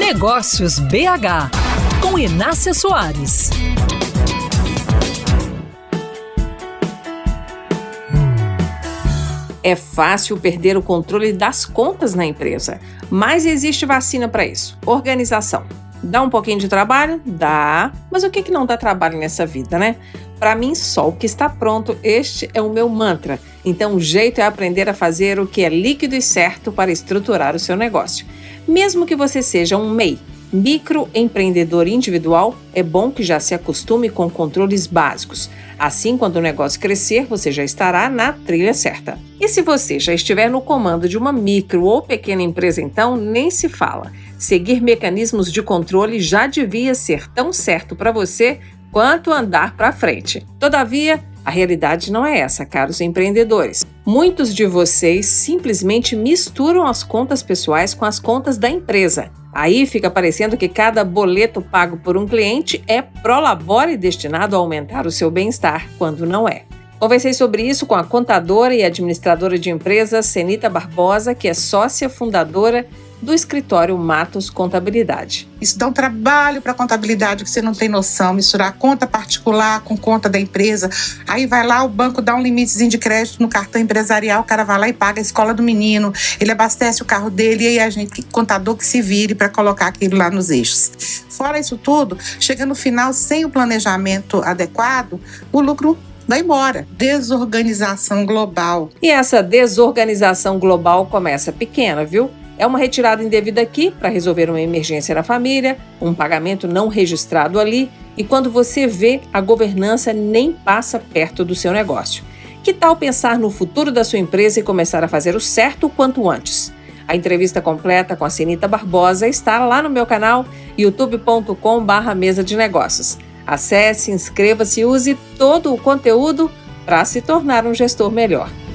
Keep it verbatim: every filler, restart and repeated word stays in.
Negócios B H, com Inácia Soares. É fácil perder o controle das contas na empresa, mas existe vacina para isso: organização. Dá um pouquinho de trabalho? Dá, mas o que que não dá trabalho nessa vida, né? Para mim, só o que está pronto, este é o meu mantra. Então, o jeito é aprender a fazer o que é líquido e certo para estruturar o seu negócio. Mesmo que você seja um M E I, microempreendedor individual, é bom que já se acostume com controles básicos. Assim, quando o negócio crescer, você já estará na trilha certa. E se você já estiver no comando de uma micro ou pequena empresa, então, nem se fala. Seguir mecanismos de controle já devia ser tão certo para você quanto andar para frente. Todavia, a realidade não é essa, caros empreendedores. Muitos de vocês simplesmente misturam as contas pessoais com as contas da empresa. Aí fica parecendo que cada boleto pago por um cliente é prolabore destinado a aumentar o seu bem-estar, quando não é. Conversei sobre isso com a contadora e administradora de empresas Senita Barbosa, que é sócia fundadora do escritório Matos Contabilidade. Isso dá um trabalho para a contabilidade que você não tem noção, misturar conta particular com conta da empresa. Aí vai lá, o banco dá um limitezinho de crédito no cartão empresarial, o cara vai lá e paga a escola do menino, ele abastece o carro dele e aí a gente, contador, que se vire para colocar aquilo lá nos eixos. Fora isso tudo, chega no final, sem o planejamento adequado, o lucro vai embora. Desorganização global. E essa desorganização global começa pequena, viu? É uma retirada indevida aqui para resolver uma emergência na família, um pagamento não registrado ali, e quando você vê, a governança nem passa perto do seu negócio. Que tal pensar no futuro da sua empresa e começar a fazer o certo o quanto antes? A entrevista completa com a Senita Barbosa está lá no meu canal youtube ponto com barra mesa de negócios. Acesse, inscreva-se e use todo o conteúdo para se tornar um gestor melhor.